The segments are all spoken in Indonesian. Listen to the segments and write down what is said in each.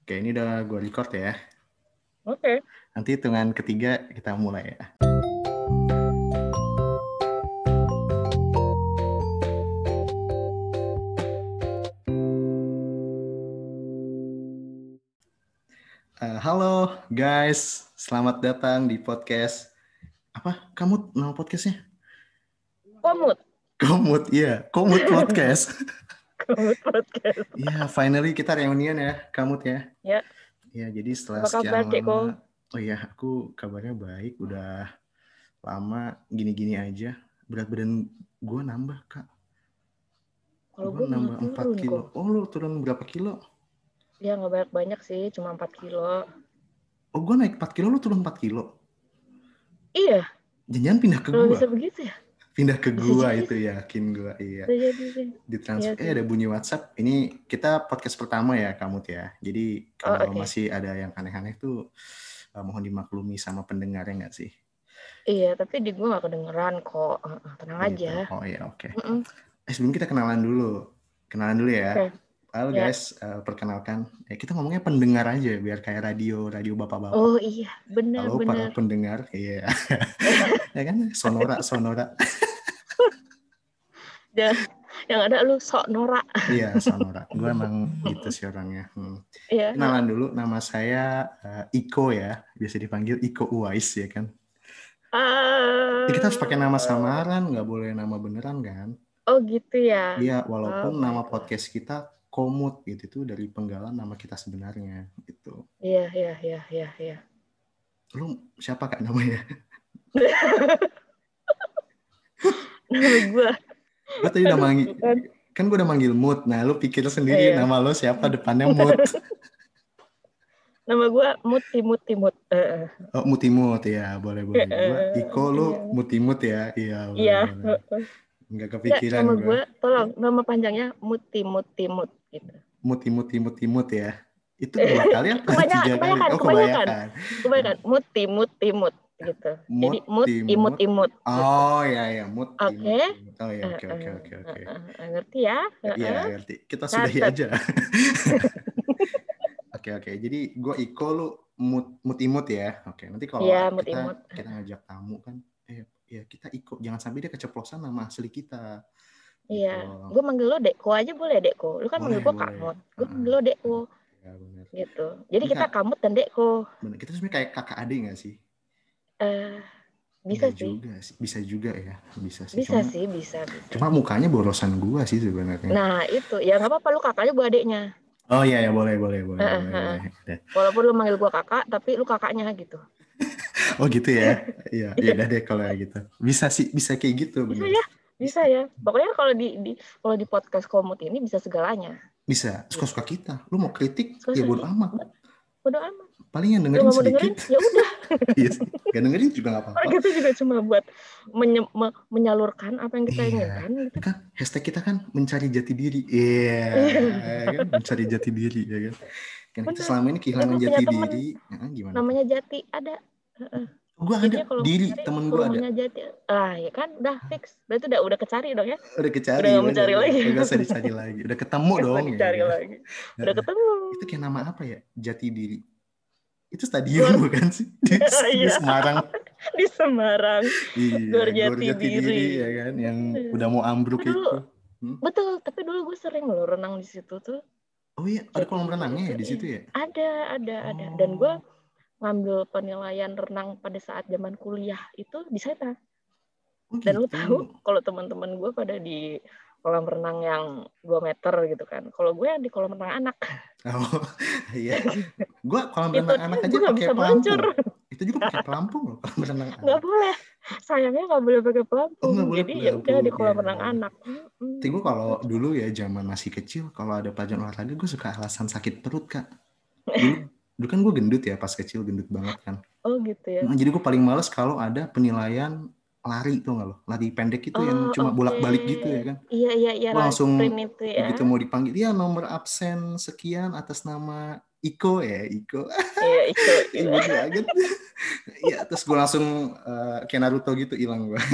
Oke, ini udah gue record ya. Oke. Nanti hitungan ketiga kita mulai ya. Halo guys, selamat datang di podcast. Apa? Kamu nama podcastnya? Komut. Komut, iya. Komut Podcast. Komut podcast. Iya, finally kita reunian ya, Kamut ya. Ya, Iya, jadi setelah apa sekian kabar, Ceko? lama. Oh iya, aku kabarnya baik. Udah lama gini-gini aja. Berat badan gue nambah, Kak. Kalau Gue gue malah nambah 4 turun kilo. kok. Oh, lu turun berapa kilo? Ya, nggak banyak-banyak sih, cuma 4 kilo. Oh, gue naik 4 kilo, lu turun 4 kilo. Iya, Jangan pindah ke kalau gua. bisa begitu ya? Pindah ke Bisa gua jadi itu sih. yakin gua, iya. Bisa jadi sih. Di transfer. Iya sih. Ada bunyi WhatsApp. Ini kita podcast pertama ya, Kamut ya. Jadi Oh, kalau oke. masih ada yang aneh-aneh tuh mohon dimaklumi sama pendengarnya nggak sih? Iya, tapi di gue nggak kedengeran kok. Tenang Oh gitu. aja. Oh iya, oke. Mm-mm. Sebelum kita kenalan dulu. Kenalan dulu ya. Oke. Halo Ya. guys, perkenalkan. Kita ngomongnya pendengar aja biar kayak radio bapak-bapak. Oh iya, Halo para benar-benar. pendengar. Iya. Ya kan? Sonora. Yang ada lu sok norak. Iya, Sonora. Gue emang gitu sih orangnya. Iya. Kenalan dulu, nama saya Iko ya. Biasa dipanggil Iko Uwais ya kan. Kita harus pakai nama samaran, nggak boleh nama beneran kan. Oh gitu ya. Iya, walaupun nama Baiklah. podcast kita Komut gitu, itu dari penggalan nama kita sebenarnya gitu. Iya. Lu siapa Kak namanya? Nama gue. Gue tadi udah manggil, Bukan. kan gue udah manggil Mut. Nah, lu pikir sendiri nama lo siapa depannya Mut. Nama gue Mutimut. Oh, Mutimut ya, boleh. Gue Iko, lu Mutimut ya. Iya, boleh. Nggak kepikiran nama gue. gue, tolong, nama panjangnya Mutimut gitu. Mutimut ya. Itu 2 kali apa 3 kali? Oh, Kebanyakan. kebanyakan. Mutimut gitu. Jadi Timut. imut. Oh ya, Mut Oke. Timut. Oh ya, oke. Ngerti ya? Iya, ngerti. Kita sudahi aja. Oke. Jadi gue Iko, lu Mutimut ya. Oke, nanti kalau kita ngajak tamu kan, ya kita Iko. Jangan sampai dia keceplosan nama asli kita. Iya, Gitu. gue manggil lo Deko aja boleh, Deko. Lu kan manggil gue Kamut. Gue manggil lo Deko. Ya, benar. Gitu. Jadi kita Kamut dan Deko. Benar. Kita sebenarnya kayak kakak adik nggak sih? Bisa sih. Bisa juga ya. Bisa sih. Bisa. Cuma mukanya borosan gua sih sebenarnya. Nah, itu. Ya nggak apa-apa, lu kakaknya gue adiknya. Oh iya, boleh. Walaupun lu manggil gue kakak, tapi lu kakaknya gitu. Oh gitu ya. Iya, udah deh kalau gitu. Bisa kayak gitu. Bisa ya. Pokoknya kalau di podcast Komut ini bisa segalanya. Bisa. Suka-suka kita. Lu mau kritik, ya bodo amat. Bodo amat. Paling yang dengerin sedikit. Ya udah. Iya sih. Gak dengerin juga gak apa-apa. Kita juga cuma buat menyalurkan apa yang kita inginkan. Gitu. Kan hashtag kita kan mencari jati diri. Iya. Kan? Mencari jati diri ya kan. Kan kita selama ini kehilangan jati diri. Gimana? Namanya Jati ada. Gue ada diri, temen gue ada. Jati. Ya kan udah fix. Berarti udah kecari dong ya. Udah kecari. Udah gak mencari lagi. Udah usah dicari lagi. Udah ketemu dong. Dicari lagi. Udah ketemu. Itu kayak nama apa ya? Jati diri. Itu stadion bukan sih? Di Semarang. Di Semarang. Gor Jati diri ya kan, yang udah mau ambruk itu. Betul, tapi dulu gue sering loh renang di situ tuh. Oh iya, ada kolam renangnya ya di situ ya? Ada. Dan gue ngambil penilaian renang pada saat zaman kuliah itu di sana. Dan lu tahu kalau teman-teman gue pada di kolam renang yang 2 meter gitu kan. Kalau gue yang di kolam renang anak. Oh iya. Gue kolam renang anak aja pakai pelampung. Itu juga pakai pelampung loh kolam renang anak. Nggak boleh. Sayangnya nggak boleh pakai pelampung. Jadi ya udah di kolam renang anak. Tapi gue kalau dulu ya zaman masih kecil, kalau ada pelajaran olahraga gue suka alasan sakit perut Kak. Dulu kan gue gendut ya, pas kecil gendut banget kan. Oh gitu ya. Jadi gue paling males kalau ada penilaian lari, tuh nggak lo? Lari pendek itu yang cuma bolak-balik gitu ya kan? Iya. Langsung itu ya. begitu mau dipanggil, ya nomor absen sekian atas nama Iko ya, Iko. Iya, Iko. Ingat banget. Ya, terus gue langsung kayak Naruto gitu hilang gue.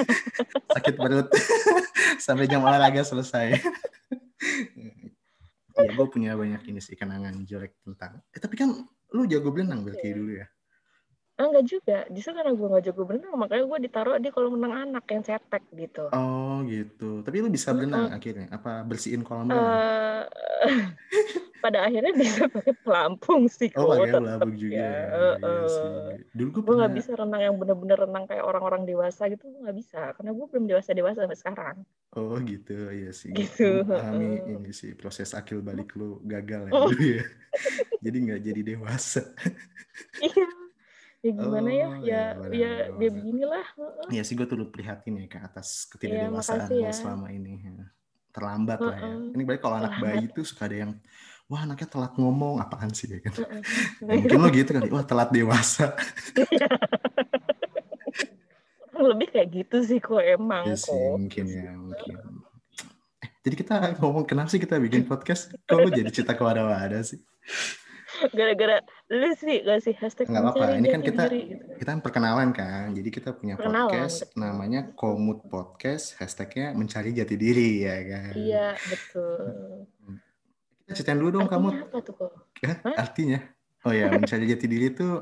Sakit perut sampai jam olahraga selesai. Ya gue punya banyak ini sih kenangan jelek tentang. Tapi kan lu jago berenang berarti dulu ya? Enggak juga, justru karena gue nggak jago berenang, makanya gue ditaruh di kolam renang anak yang cetek gitu. Oh gitu. Tapi lu bisa berenang akhirnya? Apa bersihin kolam renang? Pada akhirnya bisa pakai pelampung sih kok. Oh pakai Tetap pelampung juga. ya. Iya sih. Dulu gue Gue pernah. nggak bisa renang yang bener-bener renang kayak orang-orang dewasa gitu, gue nggak bisa. Karena gue belum dewasa sampai sekarang. Oh gitu, iya sih. Gitu. Gue pahami ini sih proses akil balik lu gagal ya dulu ya. Jadi nggak jadi dewasa. Iya. Ya gimana ya? Oh Ya dia beginilah. Iya sih gue turut prihatin ya ke atas ketidakdewasaan Makasih lo ya. selama ini. Ya. Terlambat lah ya. Ini baik kalau anak bayi itu suka ada yang wah anaknya telat ngomong apaan sih ya kan? Ya, mungkin lo gitu kali, wah telat dewasa. Lebih kayak gitu sih kok emang Ya kok. sih, mungkin. Jadi kita ngomong kenapa sih kita bikin podcast? Kok lo jadi cerita ke wadah-wadah sih? Gara-gara lu sih gak sih hashtag nggak apa-apa. mencari Ini kan jati diri gitu. Kita kan perkenalan kan. Jadi kita punya podcast betul. namanya Komut Podcast, hashtagnya mencari jati diri ya kan. Iya betul. Kita ceritain dulu dong kamu. Artinya apa tuh kok? Artinya? Oh ya mencari jati diri itu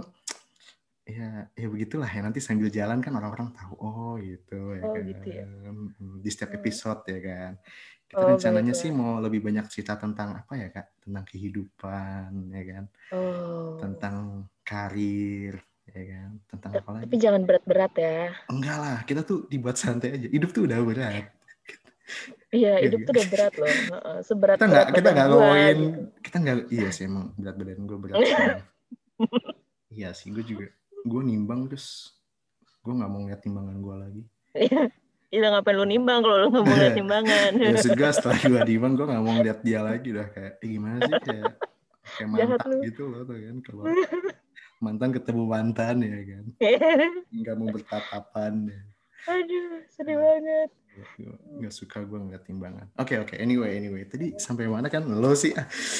ya begitulah ya, nanti sambil jalan kan orang-orang tahu gitu ya kan. Gitu ya? Di setiap episode ya kan. Kita rencananya sih mau lebih banyak cerita tentang apa ya Kak, tentang kehidupan ya kan, tentang karir ya kan, tentang apa lagi. Tapi jangan berat-berat ya. Enggak lah, kita tuh dibuat santai aja, hidup tuh udah berat. Iya, hidup tuh udah berat loh. Seberat kita nggak ngomongin gitu. Kita nggak, iya sih emang berat badan gue berat. Iya sih, gue nimbang terus gue nggak mau ngeliat timbangan gue lagi. Iya ngapain lu nimbang kalau lu nggak mau ngeliat timbangan. Ya juga setelah gue nimbang gue nggak mau ngeliat dia lagi udah kayak gimana sih kayak mantan gitu loh tuh kan, kalau mantan ketemu mantan ya kan, nggak mau bertatapan ya. Aduh sedih banget. Nggak suka gue ngeliat timbangan. Oke. Anyway. Tadi sampai mana kan lo sih?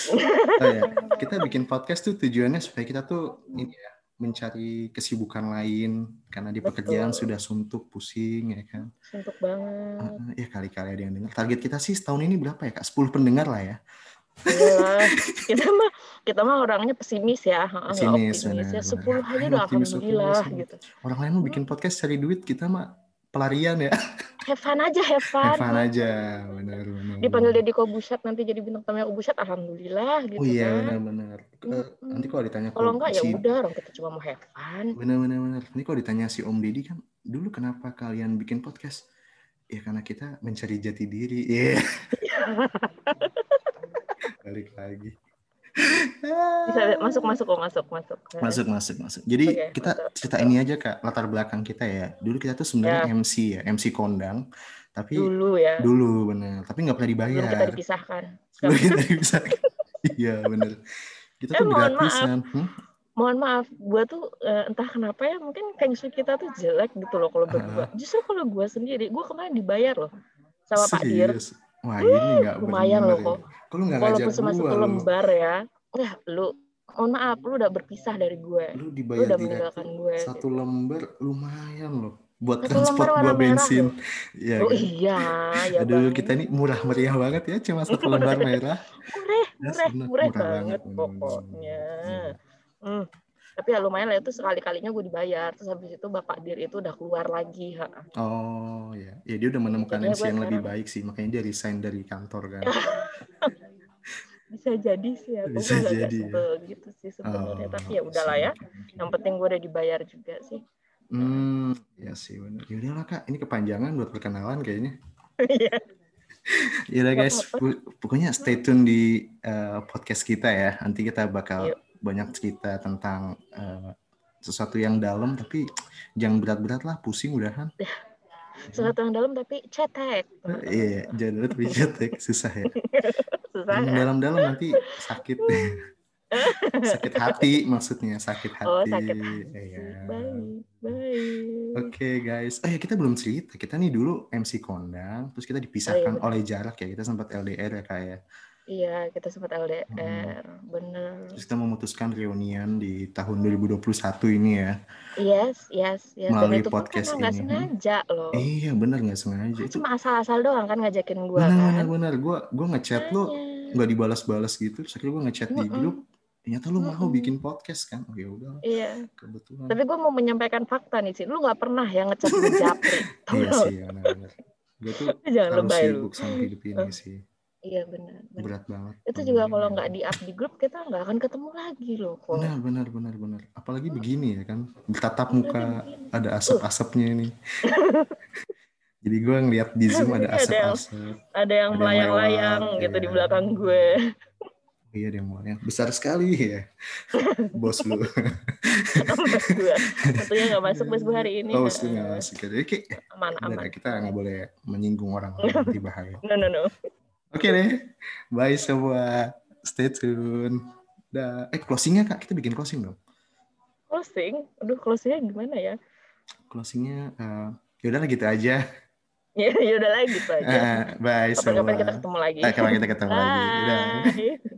Kita bikin podcast tuh tujuannya supaya kita tuh ini ya, mencari kesibukan lain karena di pekerjaan sudah suntuk, pusing ya kan. Suntuk banget. Ya kali-kali ada yang dengar. Target kita sih setahun ini berapa ya Kak? 10 pendengar lah ya. Iyalah. Kita mah orangnya pesimis ya. Pesimis ya. 10 aja udah alhamdulillah gitu. Orang lain mau bikin podcast cari duit, kita mah pelarian ya. Have fun aja. Benar. Dipanggil Deddy Kobusyat nanti jadi bintang tamu Kobusyat, alhamdulillah gitu. Oh iya kan? benar. Nanti kalau ditanya kalau enggak ya udah, orang kita cuma mau have fun. Benar. Nanti kalau ditanya si Om Deddy kan, dulu kenapa kalian bikin podcast? Ya karena kita mencari jati diri. Iya. Balik lagi. Bisa masuk. Jadi kita cerita ini aja Kak, latar belakang kita ya. Dulu kita tuh sebenarnya MC kondang, tapi dulu bener, tapi nggak pernah dibayar. Sebelum kita dipisahkan. Iya bener. Kita tuh gratisan. Mohon maaf, gue tuh entah kenapa ya, mungkin feng-shui kita tuh jelek gitu loh kalau berdua. Justru kalau gue sendiri, gue kemarin dibayar loh sama Pak Dir. Wah ini nggak lumayan loh kok. Kalau nggak walaupun cuma 1 lembar ya. Lu mohon maaf, lu udah berpisah dari gue. Lu dibayar udah meninggalkan gue. 1 lembar lumayan loh buat transport gua bensin. Ya, kan? Iya. Aduh, kita ini murah meriah banget ya, cuma 1 lembar merah. Murah banget pokoknya. Tapi ya lumayan lah, itu sekali-kalinya gue dibayar. Terus habis itu Bapak Dir itu udah keluar lagi. Oh ya, dia udah menemukan MC yang lebih baik sih, makanya dia resign dari kantor kan. Bisa jadi sih ya, gue gak sebel gitu sih sebenarnya. Tapi ya udahlah ya, yang penting gue udah dibayar juga sih. Ya sih benar. Yaudah lah Kak, ini kepanjangan buat perkenalan kayaknya. Iya. Yaudah guys, pokoknya stay tune di podcast kita ya. Nanti kita bakal banyak cerita tentang sesuatu yang dalam, tapi jangan berat-berat lah, pusing udahan. Sesuatu yang dalam tapi cetek. Iya, jangan berat tapi cetek, susah ya. Yang dalam-dalam nanti sakit. Sakit hati maksudnya, sakit hati. Sakit hati. Baik. Oke guys. Kita belum cerita. Kita nih dulu MC kondang, terus kita dipisahkan oleh jarak ya. Kita sempat LDR ya Kak ya. Iya, kita sempat LDR, bener. Terus kita memutuskan reunian di tahun 2021 ini ya. Yes. Melalui podcast ini. Nggak sengaja loh. Iya, bener nggak sengaja. Itu cuma asal-asal doang kan ngajakin gue kan. Bener. Gue ngechat lo nggak dibalas-balas gitu. Terus akhirnya gue ngechat di grup, ternyata lu mau bikin podcast kan? Oh ya udah. Iya. Kebetulan. Tapi gue mau menyampaikan fakta nih sih. Lu nggak pernah ya ngechat gue japri. Iya sih, benar-benar. Gue tuh jangan harus lebay sibuk sama hidup ini sih. Iya benar. Berat banget. Itu juga kalau nggak di-up di grup kita nggak akan ketemu lagi loh kok. Benar. Apalagi begini ya kan, bertatap muka ada asap-asapnya ini. Jadi gue ngeliat di Zoom ada asap-asap. Ada yang melayang-layang gitu di belakang gue. Iya, dia melayang. Besar sekali ya. Bos lu. Bos gue. Tentunya nggak masuk bos gue hari ini. Oh, bos lu nggak masuk. Jadi aman. Kita nggak boleh menyinggung orang. Nanti bahaya. No. Oke deh. Bye semua. Stay tune. Closingnya Kak. Kita bikin closing dong. Closing? Aduh, closingnya gimana ya? Closingnya, yaudahlah gitu aja. Ya udahlah gitu aja. Bye semua. Kapan-kapan kita ketemu lagi. Kapan kita ketemu lagi. Bye.